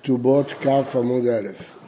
כתובות כף עמוד א'.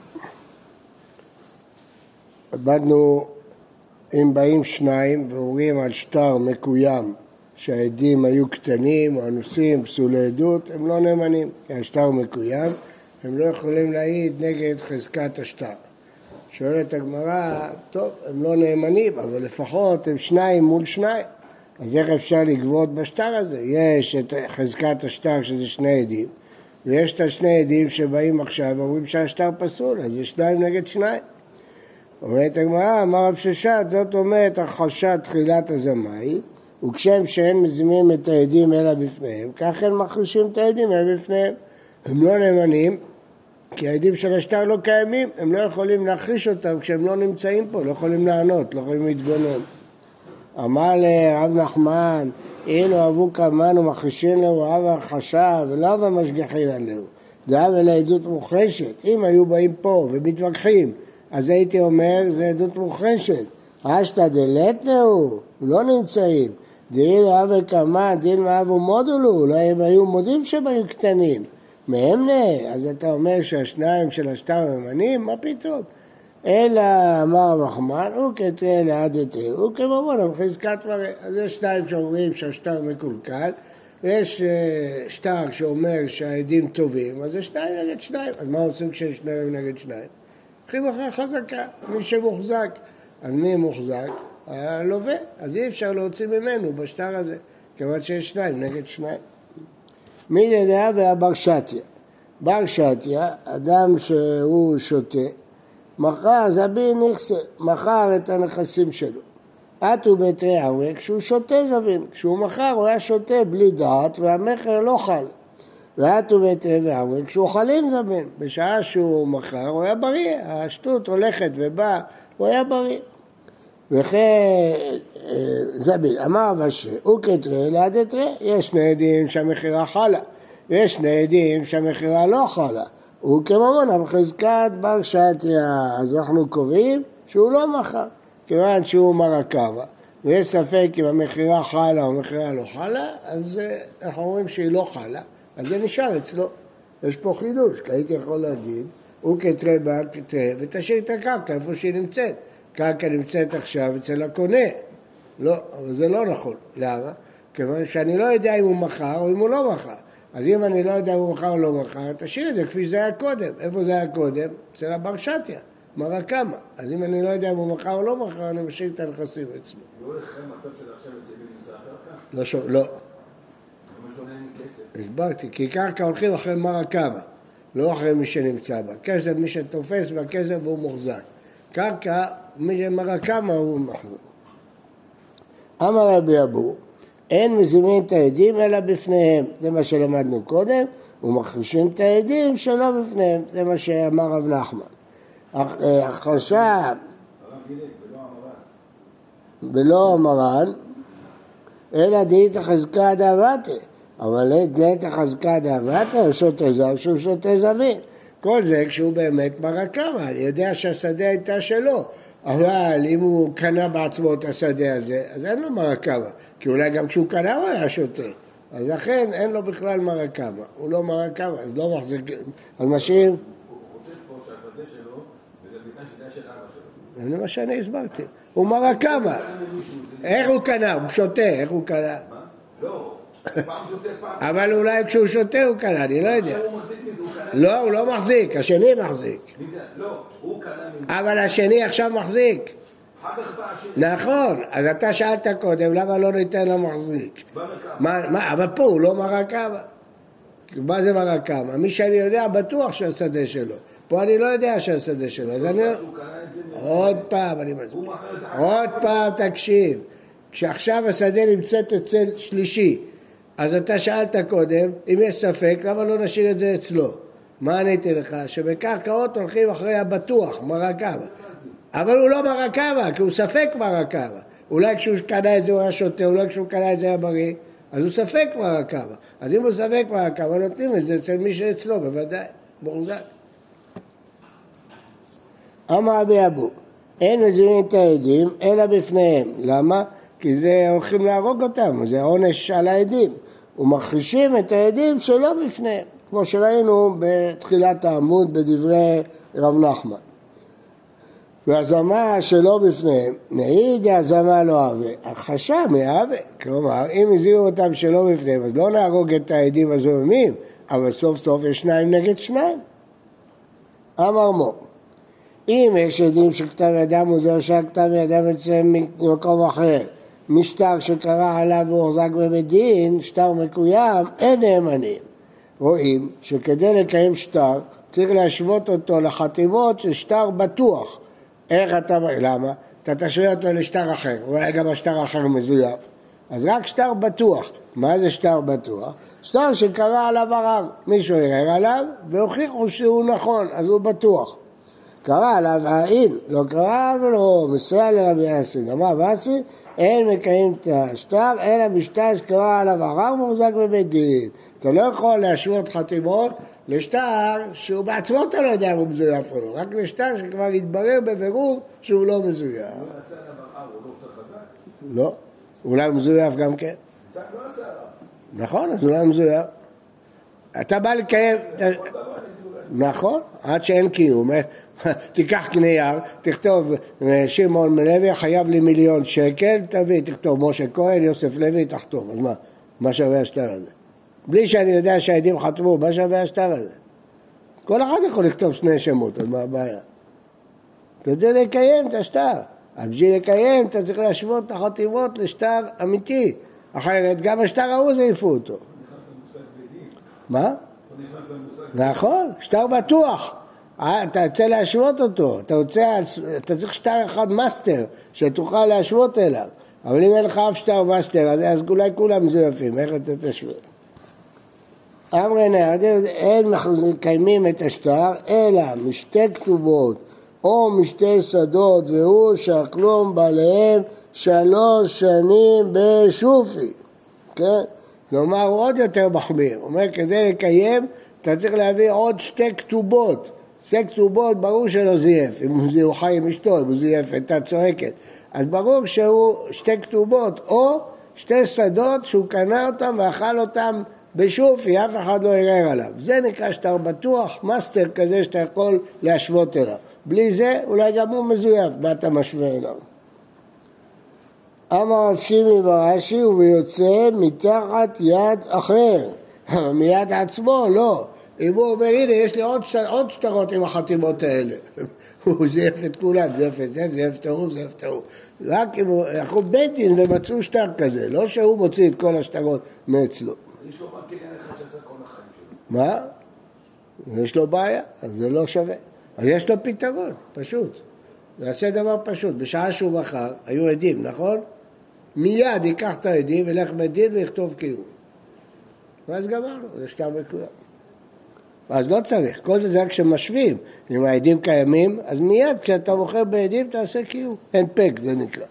עבדנו אם באים שניים ואומרים על שטר מקוים שהעדים היו קטנים או אנוסים, פסולי עדות, הם לא נאמנים, כי השטר מקוים, הם לא יכולים להעיד נגד חזקת השטר. שואלת הגמרא, טוב, הם לא נאמנים, אבל לפחות הם שניים מול שניים. אז איך אפשר לגבות בשטר הזה? יש את חזקת השטר שזה שני עדים, ויש את השני עדים שבאים עכשיו ואומרים שהשטר פסול, אז יש שניים נגד שניים. אומרת הגמרא, אמר רב ששת, זאת אומרת הכחשת תחילת הזמאי, וכשם שאין מזימים את העדים אלא בפניהם, כך הם מחרישים את העדים אלא בפניהם. הם לא נאמנים, כי העדים של השטר לא קיימים, הם לא יכולים להחריש אותם כשהם לא נמצאים פה, לא יכולים לענות, לא יכולים להתגונן. אמר לרב נחמן, אילו אבו כמן ומחרישין לו אבא חשב ולא אבא משגחין עליו, דאב אל העדות מוחרשת. אם היו באים פה ומתווכחים, אז הייתי אומר, זה עדות מוחרשת. אשתא דלתנו, לא נמצאים. דין אבו כמן, דין ואבו מודולו, אולי הם היו מודים שהם היו קטנים. מהם נה, אז אתה אומר שהשניים של השטר ממנים? מה פתאום? אלא אמר רחמן, הוא כתרי לעד יתרי, הוא כמובן, הוא חזקת מראה. אז יש שניים שאומרים שהשטר מקולקל, ויש שטר שאומר שהעדים טובים, אז זה שניים נגד שניים. אז מה עושים כשיש שניים נגד שניים? הולכים אחרי חזקה, מי שמוחזק. אז מי מוחזק? הלווה. אז אי אפשר להוציא ממנו בשטר הזה, כיוון שיש שניים נגד שניים. מי לדעה והבר שתיה. בר שתיה, אדם שהוא שותה, מכר זבין נכסה, מכר את הנכסים שלו. עטו בתרי עמרי, כשהוא שותה זבין, כשהוא מכר הוא היה שותה בלי דעת והמכר לא חל. ועטו בתרי עמרי, כשהוא חלים זבין, בשעה שהוא מכר הוא היה בריא, השטות הולכת ובאה, הוא היה בריא. וכן זבין, אמר בשי, הוא כתרי ליד תרי, יש שני עדים שהמחירה חלה, ויש שני עדים שהמחירה לא חלה. הוא כמובן בחזקת בר שתיה, אז אנחנו קובעים שהוא לא מכר, כיוון שהוא מרקבה, ויש ספק אם המחירה חלה או המחירה לא חלה, אז אנחנו אומרים שהיא לא חלה, אז זה נשאר אצלו. יש פה חידוש, כי הייתי יכול להגיד, הוא כתרי בר כתרי, ותשאיר את הקרקע איפה שהיא נמצאת. קרקע נמצאת עכשיו אצל הקונה. לא, אבל זה לא נכון. למה? כיוון שאני לא יודע אם הוא מכר או אם הוא לא מכר. אז אם אני לא יודע אם הוא מכר או לא מכר, תשאיר את זה כפי שזה היה קודם. איפה זה היה קודם? אצל הבר שתיה, מרקמה. אז אם אני לא יודע אם הוא מכר או לא מכר, אני משאיר את הנכסים אצלו. לא הולך מצב של עכשיו אצל נמצא הקרקע? לא. מה שונה עם כסף? הסברתי, כי קרקע הולכים אחרי מרקמה, לא אחרי מי שנמצא בה. כסף, מי שתופס בכסף והוא מוחזק. קרקע, מי שמרקמה הוא מחזק. אמר רבי אבו, אין מזימים את העדים אלא בפניהם, זה מה שלמדנו קודם, ומחרישים את העדים שלא בפניהם, זה מה שאמר רב נחמן. החרשה בלא המרן, אלא דאית החזקה דאבתה, אבל דאית החזקה דאבתה הוא שותה זר שהוא שותה זבין. כל זה כשהוא באמת מרקמה, אני יודע שהשדה הייתה שלו. אבל אם הוא קנה בעצמו את השדה הזה, אז אין לו מרקמה, כי אולי גם כשהוא קנה הוא היה שותה. אז לכן אין לו בכלל מרקמה, הוא לא מרקמה, אז לא מחזיק, אז משאיר. הוא חושב פה שהשדה שלו, וזה בתנאי שזה של אבא שלו. זה מה שאני הסברתי, הוא מרקמה. איך הוא קנה? הוא שותה, איך הוא קנה? מה? לא, פעם שותה פעם. אבל אולי כשהוא שותה הוא קנה, אני לא יודע. עכשיו הוא מחזיק מזה, הוא קנה. לא, הוא לא מחזיק, השני מחזיק. מי זה? לא, הוא קנה מזה. אבל השני עכשיו מחזיק. אחר כך בא השני. נכון, אז אתה שאלת קודם, למה לא ניתן למחזיק? במרכב. אבל פה הוא לא מרקמה. מה זה מרקמה? מי שאני יודע בטוח שהשדה שלו. פה אני לא יודע שהשדה שלו. אז אני... עוד פעם, אני מסביר. עוד פעם תקשיב. כשעכשיו השדה נמצאת אצל שלישי, אז אתה שאלת קודם, אם יש ספק, למה לא נשאיר את זה אצלו? מה עניתי לך? שבקרקעות הולכים אחרי הבטוח, מרקמה. אבל הוא לא מרקמה, כי הוא ספק מרקמה. אולי כשהוא קנה את זה הוא היה שותה, אולי כשהוא קנה את זה היה בריא, אז הוא ספק מרקמה. אז אם הוא ספק מרקמה, נותנים את זה אצל מי שאצלו, בוודאי, מוחזק. אמר רבי אבו, אין מזימים את העדים, אלא בפניהם. למה? כי זה הולכים להרוג אותם, זה עונש על העדים. ומחרישים את העדים שלא בפניהם. כמו שראינו בתחילת העמוד בדברי רב נחמן. והזמה שלא בפניהם, נעיד הזמה לא אהבה, החשה מאהבה, כלומר אם הזהירו אותם שלא בפניהם, אז לא נהרוג את העדים הזוממים, אבל סוף סוף יש 2 נגד 2. אמר מור, אם יש עדים שכתב ידם הוא זה שכתב ידם אצלם ממקום אחר, משטר שקרא עליו והוחזק בבית דין, שטר מקוים, אין נאמנים. רואים שכדי לקיים שטר צריך להשוות אותו לחתימות של שטר בטוח. איך אתה, למה? אתה תשווה אותו לשטר אחר, אולי גם השטר האחר מזויף. אז רק שטר בטוח. מה זה שטר בטוח? שטר שקרא עליו ערר. מישהו ערער עליו והוכיחו שהוא נכון, אז הוא בטוח. קרא עליו העין, לא קרא ולא מסייע לרבי אסי. אמר ואסי, אין מקיים את השטר, אלא בשטר שקרא עליו ערר ומוחזק בבית דין. אתה לא יכול להשוות חתימות לשטר שהוא בעצמו אתה לא יודע אם הוא מזויף או לא, רק לשטר שכבר יתברר בבירור שהוא לא מזויף. לא יצא עליו ערר, הוא לא שטר חזק? לא, אולי הוא מזויף גם כן. לא יצא עליו. נכון, אז אולי הוא מזויף. אתה בא לקיים... נכון, עד שאין קיום. תיקח נייר, תכתוב שמעון לוי חייב לי 1,000,000 שקל, תביא, תכתוב משה כהן, יוסף לוי, תחתום. אז מה שווה השטר הזה? בלי שאני יודע שהעדים חתמו, מה שווה השטר הזה? כל אחד יכול לכתוב 2 שמות, אז מה הבעיה? אתה צריך לקיים את השטר. אז בשביל לקיים אתה צריך להשוות את החתימות לשטר אמיתי. אחרת גם השטר ההוא זה יפו אותו. הוא נכנס למושג בדין. מה? הוא נכנס למושג. נכון, שטר בטוח. אתה רוצה להשוות אותו, אתה צריך שטר אחד מאסטר שתוכל להשוות אליו. אבל אם אין לך אף שטר מאסטר, אז אולי כולם מזויפים, איך אתה תשווה? אמרנה, אין מקיימים את השטר, אלא משתי כתובות או משתי שדות, והוא שהכלום בעליהם 3 שנים בשופי. כן? כלומר, הוא עוד יותר מחמיר. הוא אומר, כדי לקיים, אתה צריך להביא עוד 2 כתובות. 2 כתובות, ברור שלא זייף. אם הוא חי עם אשתו, אם הוא זייף, הייתה צועקת. אז ברור שהוא 2 כתובות, או 2 שדות שהוא קנה אותם ואכל אותם בשופי, אף אחד לא יראה עליו. זה נקרא שטר בטוח, מאסטר כזה שאתה יכול להשוות אליו. בלי זה, אולי גם הוא מזויף, מה אתה משווה אליו? אמר רב שימי ברש"י, ויוצא מתחת יד אחר. מיד עצמו, לא. אם הוא אומר, הנה, יש לי עוד שטרות עם החתימות האלה. הוא זייף את כולם, זייף את זה, זייף את ההוא, זייף את ההוא. רק אם הוא, אנחנו בית דין ומצאו שטר כזה, לא שהוא מוציא את כל השטרות מאצלו. יש לו רק עניין אחד שעשה כל החיים שלו. מה? יש לו בעיה, אז זה לא שווה. אז יש לו פתרון, פשוט. זה עושה דבר פשוט. בשעה שהוא מחר, היו עדים, נכון? מיד ייקח את העדים, ילך בדין ויכתוב קיום. ואז גמרנו, זה שטר מקוים. אז לא צריך, כל זה רק כשמשווים. אם העדים קיימים, אז מיד כשאתה מוכר בעדים תעשה קיום. אין פק, זה נקרא.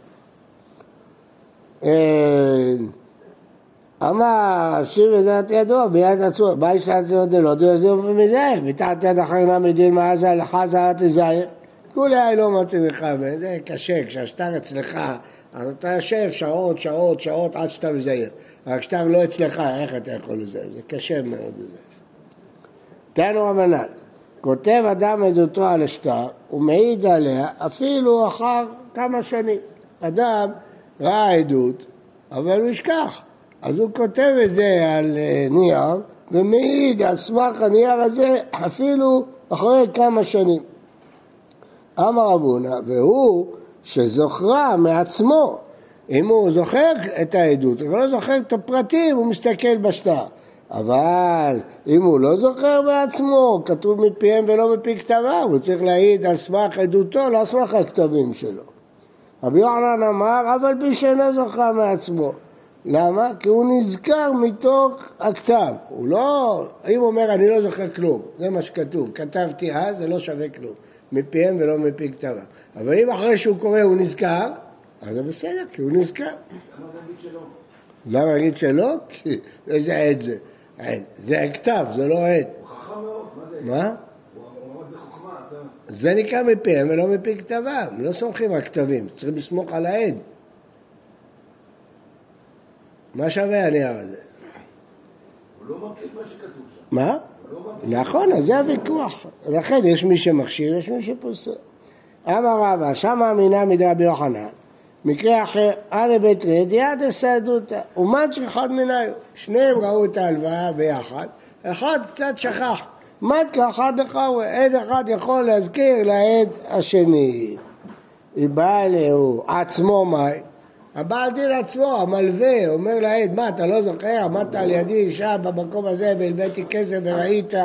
אמר, שיב לדעת ידוע, ביד עצמו, מה יש לעצמו דלות? הוא יזיר ומזייף, מתחת יד אחרינה מדין מעזה, לך זרת תזייף. כולי לא מצאים לך, זה קשה, כשהשטר אצלך, אז אתה יושב שעות עד שאתה מזייף. רק כשאתה לא אצלך, איך אתה יכול לזייף? זה קשה מאוד לזייף. תנו רבנן, כותב אדם עדותו על השטר, הוא מעיד עליה אפילו אחר כמה שנים. אדם ראה עדות, אבל הוא ישכח. אז הוא כותב את זה על נייר, ומעיד על סמך הנייר הזה אפילו אחרי כמה שנים. אמר רב הונא, והוא שזוכרה מעצמו. אם הוא זוכר את העדות, הוא לא זוכר את הפרטים, הוא מסתכל בשטר. אבל אם הוא לא זוכר בעצמו, כתוב מפיהם ולא מפי כתביו, הוא צריך להעיד על סמך עדותו, לא על סמך הכתבים שלו. רבי יוחנן אמר, אבל מי שאינו זוכר מעצמו. למה? כי הוא נזכר מתוך הכתב. הוא לא, אם הוא אומר, אני לא זוכר כלום, זה מה שכתוב, כתבתי אז, זה לא שווה כלום. מפיהם ולא מפי כתביו. אבל אם אחרי שהוא קורא הוא נזכר, אז זה בסדר, כי הוא נזכר. למה נגיד שלא? למה להגיד שלא? כי איזה עד זה? זה הכתב, זה לא עד. הוא חכם מאוד, מה זה? מה? הוא עומד בחוכמה, זה נקרא מפיהם ולא מפי כתביו. לא סומכים על כתבים, צריכים לסמוך על העד. מה שווה הנייר הזה? הוא לא מכיר מה שכתוב שם. מה? נכון, אז זה הוויכוח. לכן יש מי שמכשיר, יש מי שפוסל. אמר רבא, שמה אמינה מדרבי יוחנן. מקרה אחר, א' בית רד, יד הסעדותא, ומד אחד מניו. שניהם ראו את ההלוואה ביחד, אחד קצת שכח. מד כאחד לחאווה, עד אחד יכול להזכיר לעד השני. היא באה אליהו, עצמו מאי. הבעל דין עצמו, המלווה, אומר לעד, מה אתה לא זוכר? עמדת על ידי אישה במקום הזה והלוויתי כסף וראית.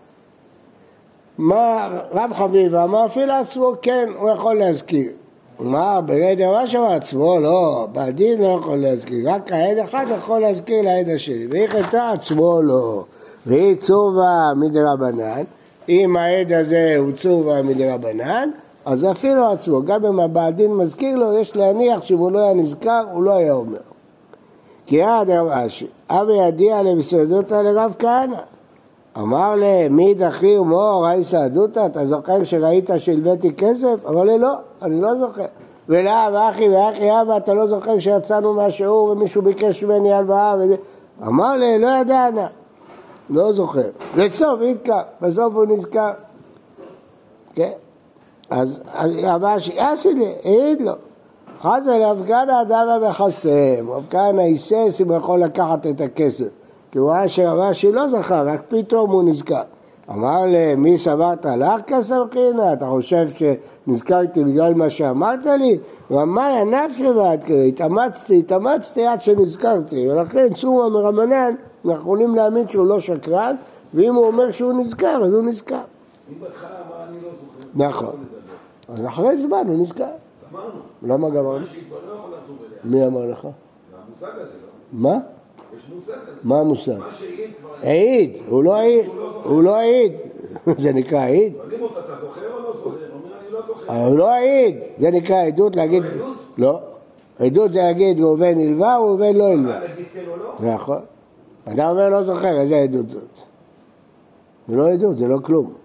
מה רב חביב אמר, אפילו עצמו כן, הוא יכול להזכיר. מה, ברגע מה שם עצמו? לא, בעל דין לא יכול להזכיר, רק העד אחד יכול להזכיר לעד השני. והיא חטא עצמו לא, והיא צובה מדרבנן. אם העד הזה הוא צובה מדרבנן, אז אפילו עצמו, גם אם הבעל דין מזכיר לו, יש להניח שאם הוא לא היה נזכר, הוא לא היה אומר. כי יד רב אשי, אבי ידיע למסעדותא לרב כהנא. אמר להם, מי דחי ומור, ראי סעדותא, אתה זוכר שראית שהלוויתי כסף? אמר לי, לא, אני לא זוכר. ולא, אחי ואחי אבא, אתה לא זוכר שיצאנו מהשיעור ומישהו ביקש ממני הלוואה וזה? אמר לי, לא ידענה, לא זוכר. בסוף התקר, בסוף הוא נזכר. כן? אז אבא אסילי, העיד לו. חזר להפגנה אדם המחסם, הפגנה היסס אם הוא יכול לקחת את הכסף. כי הוא ראה שרבא שלא זכר, רק פתאום הוא נזכר. אמר למי סברת לך כסף חינה? אתה חושב שנזכרתי בגלל מה שאמרת לי? רמאי הנפש ועד כזה, התאמצתי עד שנזכרתי. ולכן צומה מרבנן, אנחנו יכולים להאמין שהוא לא שקרן, ואם הוא אומר שהוא נזכר, אז הוא נזכר. אם בהתחלה אמר אני לא זוכר. נכון. אז אחרי זמן הוא נזכר. אמרנו. למה גמרנו? מה שהיא כבר לא יכול לחזור אליה. מי אמר לך? המושג הזה לא. מה? יש מושג הזה. מה המושג? מה שהעיד כבר... העיד, הוא לא העיד. זה נקרא העיד? שואלים אותה, אתה זוכר או לא זוכר? הוא אומר, אני לא זוכר. הוא לא העיד. זה נקרא עדות להגיד... לא. עדות זה להגיד ראובן הלווה או ראובן לא הלווה. להגיד כן או לא? נכון. אתה אומר לא זוכר, איזה עדות זאת? זה לא עדות, זה לא כלום.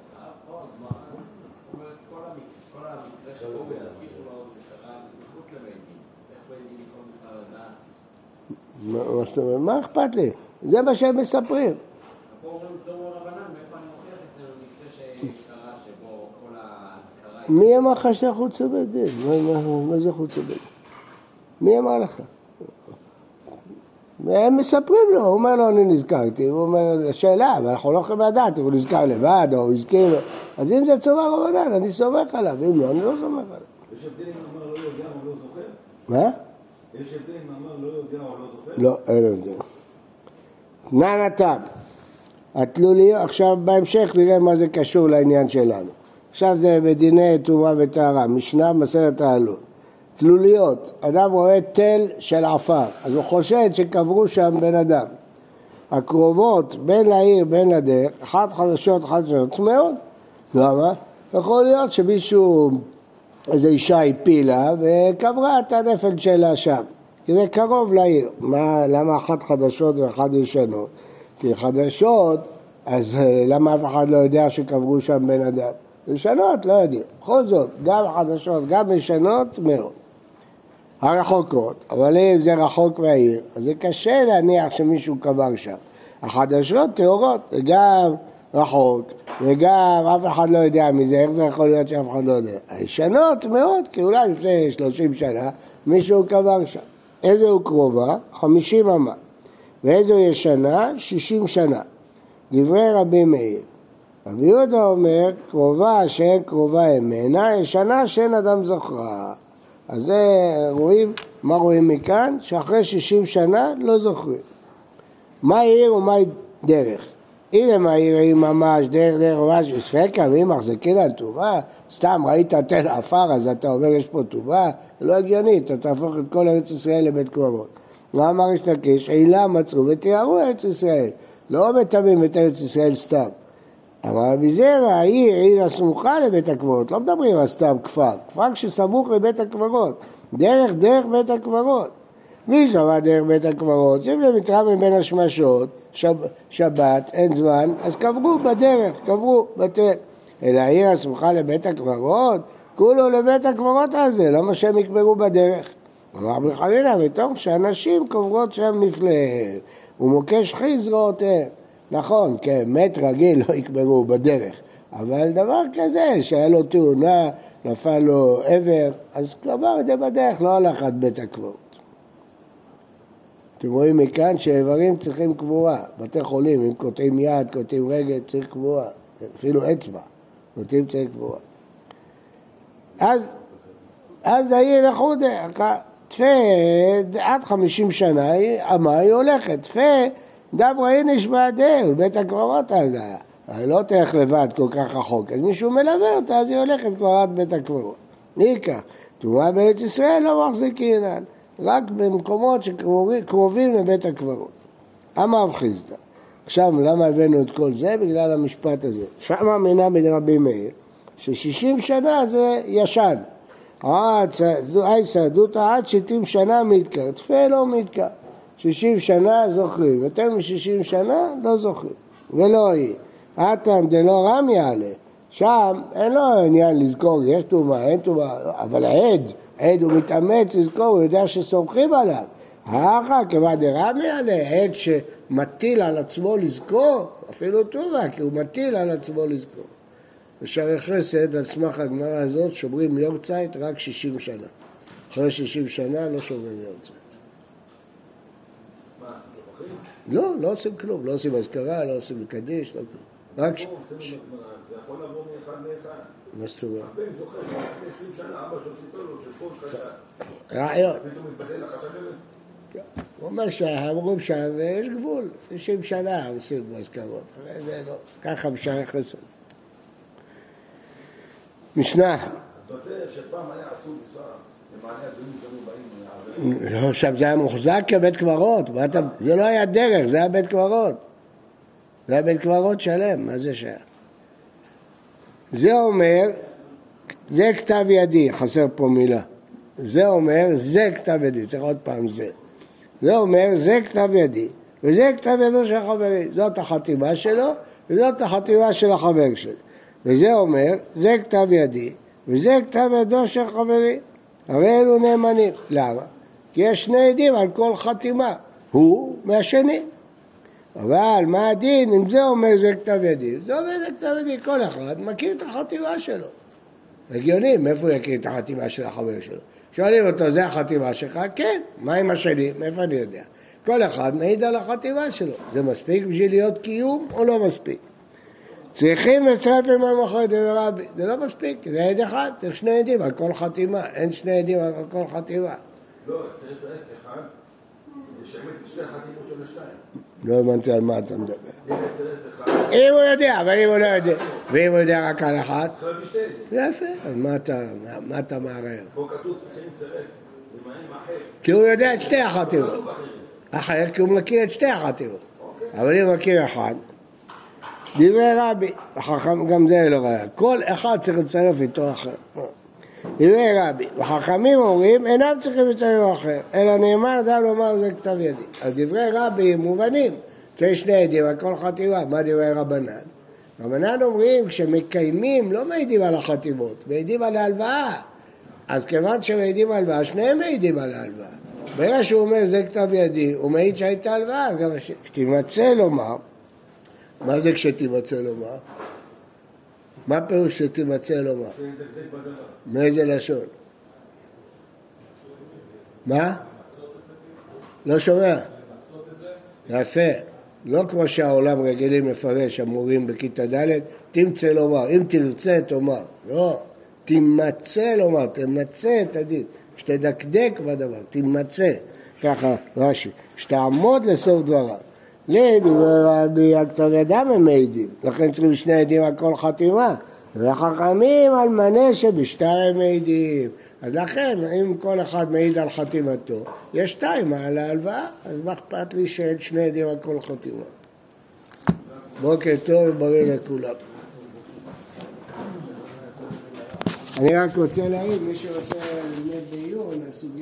מה אכפת לי? זה מה שהם מספרים. מי אמר לך שאתה חוץ בית דין? מה זה חוץ בית דין? מי אמר לך? הם מספרים לו, הוא אומר לו אני נזכרתי, הוא אומר שאלה, אבל אנחנו לא יכולים לדעת אם הוא נזכר לבד או הוא הזכיר לו. אז אם זה צורה רבנן, אני סומך עליו, אם לא, אני לא סומך עליו. יש הבדל אם אמר לא יודע או לא זוכר? מה? יש הבדל אם אמר לא יודע או לא זוכר? לא, אין הבדל. נענתם. התלוליות, עכשיו בהמשך נראה מה זה קשור לעניין שלנו. עכשיו זה בדיני טומאה וטהרה, משנה מסכת העלול. תלוליות, אדם רואה תל של עפר, אז הוא חושד שקברו שם בן אדם. הקרובות בין לעיר בין לדרך, אחת חדשות, אחת שנות, מאוד. למה? יכול להיות שמישהו, איזו אישה הפילה וקברה את הנפל שלה שם. כי זה קרוב לעיר. למה אחת חדשות ואחת ישנות? כי חדשות, אז למה אף אחד לא יודע שקברו שם בן אדם? ישנות, לא יודעים. בכל זאת, גם חדשות, גם ישנות, מאוד. הרחוקות, אבל אם זה רחוק מהעיר, אז זה קשה להניח שמישהו קבר שם. החדשות טהורות, זה גם רחוק, וגם אף אחד לא יודע מזה, איך זה יכול להיות שאף אחד לא יודע? הישנות מאוד, כי אולי לפני 30 שנה מישהו קבר שם. איזה הוא קרובה? 50 אמה. ואיזו ישנה? 60 שנה. דברי רבי מאיר. רבי יהודה אומר, קרובה שאין קרובה אמנה, ישנה שאין אדם זוכרה. אז זה רואים, מה רואים מכאן? שאחרי 60 שנה לא זוכרים. מה עיר ומה דרך? הנה מה עיר היא ממש, דרך ממש, ספקה, ואם מחזיקים על טובה, סתם ראית תל עפר, אז אתה אומר יש פה טובה, לא הגיונית, אתה תהפוך את כל ארץ ישראל לבית קברות. מה אמר יש לקיש? עילה מצאו ותיארו ארץ ישראל, לא מטמאים את ארץ ישראל סתם. אבל בזרע העיר, עיר הסמוכה לבית הקברות, לא מדברים על סתם כפר, כפר שסמוך לבית הקברות, דרך בית הקברות. מי שבא דרך בית הקברות, זה מתרם בין השמשות, שבת, אין זמן, אז קברו בדרך, קברו בתל. אלא העיר הסמוכה לבית הקברות, כולו לבית הקברות הזה, למה שהם יקברו בדרך? אמר בחלילה, מתוך שאנשים קוברות שם נפלא. ומוקש חי זרועותיהם. נכון, כן, מת רגיל לא יקברו בדרך, אבל דבר כזה שהיה לו תאונה, נפל לו עבר, אז קבר את זה בדרך, לא הלך עד בית הקברות. אתם רואים מכאן שאיברים צריכים קבורה, בתי חולים, אם קוטעים יד, קוטעים רגל, צריך קבורה, אפילו אצבע, קוטעים צריך קבורה. אז דיין לחודה, תפה עד 50 שנה, אמה היא הולכת, תפה דברה איניש בעדהו, בית הקברות עליה. היא לא תלך לבד כל כך רחוק, אז מישהו מלווה אותה, אז היא הולכת כבר עד בית הקברות. ניקח, תרומה בארץ ישראל לא מחזיקינן, רק במקומות שקרובים לבית הקברות. אמר חיסדא. עכשיו, למה הבאנו את כל זה? בגלל המשפט הזה. שמה מינה מרבי מאיר, ש60 שנה זה ישן. דותא עד 70 שנה מתקר, תפה לא מתקר. 60 שנה זוכרים, יותר מ60 שנה לא זוכרים. ולא היא. אתם דלא רם יעלה, שם אין לו עניין לזכור, יש תומה, אין תומה, אבל עד הוא מתאמץ לזכור, הוא יודע שסומכים עליו. האחר כבד רם יעלה, עד שמטיל על עצמו לזכור, אפילו תומה, כי הוא מטיל על עצמו לזכור. בשערי חסד, על סמך הגמרא הזאת, שומרים יורצייט רק 60 שנה. אחרי 60 שנה לא שומרים יורצייט. לא עושים כלום, לא עושים אזכרה, לא עושים קדיש, לא כלום. רק זה יכול לעבור מאחד לאחד. מה זאת אומרת? הבן זוכר שלפני 20 שנה, אבא שלו סיפר לו שפה חשד. רעיון. פתאום מתבטל לחשד הזה? הוא אומר שאמרו שם, ויש גבול, 90 שנה עושים באזכרות. זה לא, ככה בשערי חסד. משנה. אתה יודע שפעם היה אסור לנסוע למעלה הדברים שהיו באים. לא, שם זה היה מוחזק כבית קברות, זה לא היה דרך, זה היה בית קברות. זה היה בית קברות שלם, מה זה שייך? זה אומר, זה כתב ידי, חסר פה מילה. זה אומר, זה כתב ידי, צריך עוד פעם זה. זה אומר, זה כתב ידי, וזה כתב ידו של החברי. זאת החתימה שלו, וזאת החתימה של החבר שלו. וזה אומר, זה כתב ידי, וזה כתב ידו של חברי. הרי אלו נאמנים. למה? כי יש שני עדים על כל חתימה, הוא מהשני. אבל מה הדין? אם זה אומר זה כתב ידי, זה אומר זה כתב ידי, כל אחד מכיר את החתימה שלו. הגיוני, מאיפה הוא יכיר את החתימה של החבר שלו? שואלים אותו, זה החתימה שלך? כן. מה עם השני? מאיפה אני יודע? כל אחד מעיד על החתימה שלו. זה מספיק בשביל להיות קיום או לא מספיק? צריכים לצרף עם המחר דבר רבי. זה לא מספיק, זה עד אחד, צריך שני עדים על כל חתימה. אין שני עדים על כל חתימה. לא, צריך לצרף אחד, לשמט את שתי החתימות של השתיים. לא הבנתי על מה אתה מדבר. אם הוא יודע, אבל אם הוא לא יודע. ואם הוא יודע רק על אחת? זה יפה, אז מה אתה מערער? פה כתוב צריכים לצרף, למען אחר. כי הוא יודע את שתי החתימות. אחר, כי הוא מכיר את שתי החתימות. אבל אם הוא מכיר אחד, דברי רבי, גם זה לא רעיון. כל אחד צריך לצרף איתו אחר. דברי רבי, וחכמים אומרים, אינם צריכים לצרף אחר, אלא נאמר אדם לומר זה כתב ידי. אז דברי רבי מובנים, צריך שני עדים על כל חתימה. מה דברי רבנן? רבנן אומרים, כשמקיימים, לא מעידים על החתימות, מעידים על ההלוואה. אז כיוון שמעידים על ההלוואה, שניהם מעידים על ההלוואה. ברגע שהוא אומר זה כתב ידי, הוא מעיד שהייתה הלוואה, אז גם כשתימצא לומר, מה זה כשתימצא לומר? מה פירוש שתימצא לומר? מאיזה לשון? מה? לא שומע. יפה. לא כמו שהעולם רגילים מפרש, המורים בכיתה ד', תמצא לומר. אם תרצה, תאמר. לא. תימצא לומר, תמצא את הדין. שתדקדק בדבר, תימצא. ככה רש"י. שתעמוד לסוף דבריו. לדברי רבי הכתב ידם הם מעידים, לכן צריכים שני עדים על כל חתימה, וחכמים על מנה שבשטר הם מעידים. אז לכן, אם כל אחד מעיד על חתימתו, יש שתיים על ההלוואה, אז מה אכפת לי שאין שני עדים על כל חתימה? בוקר טוב ובריא לכולם. אני רק רוצה להעיד, מי שרוצה ללמד בעיון, הסוגיה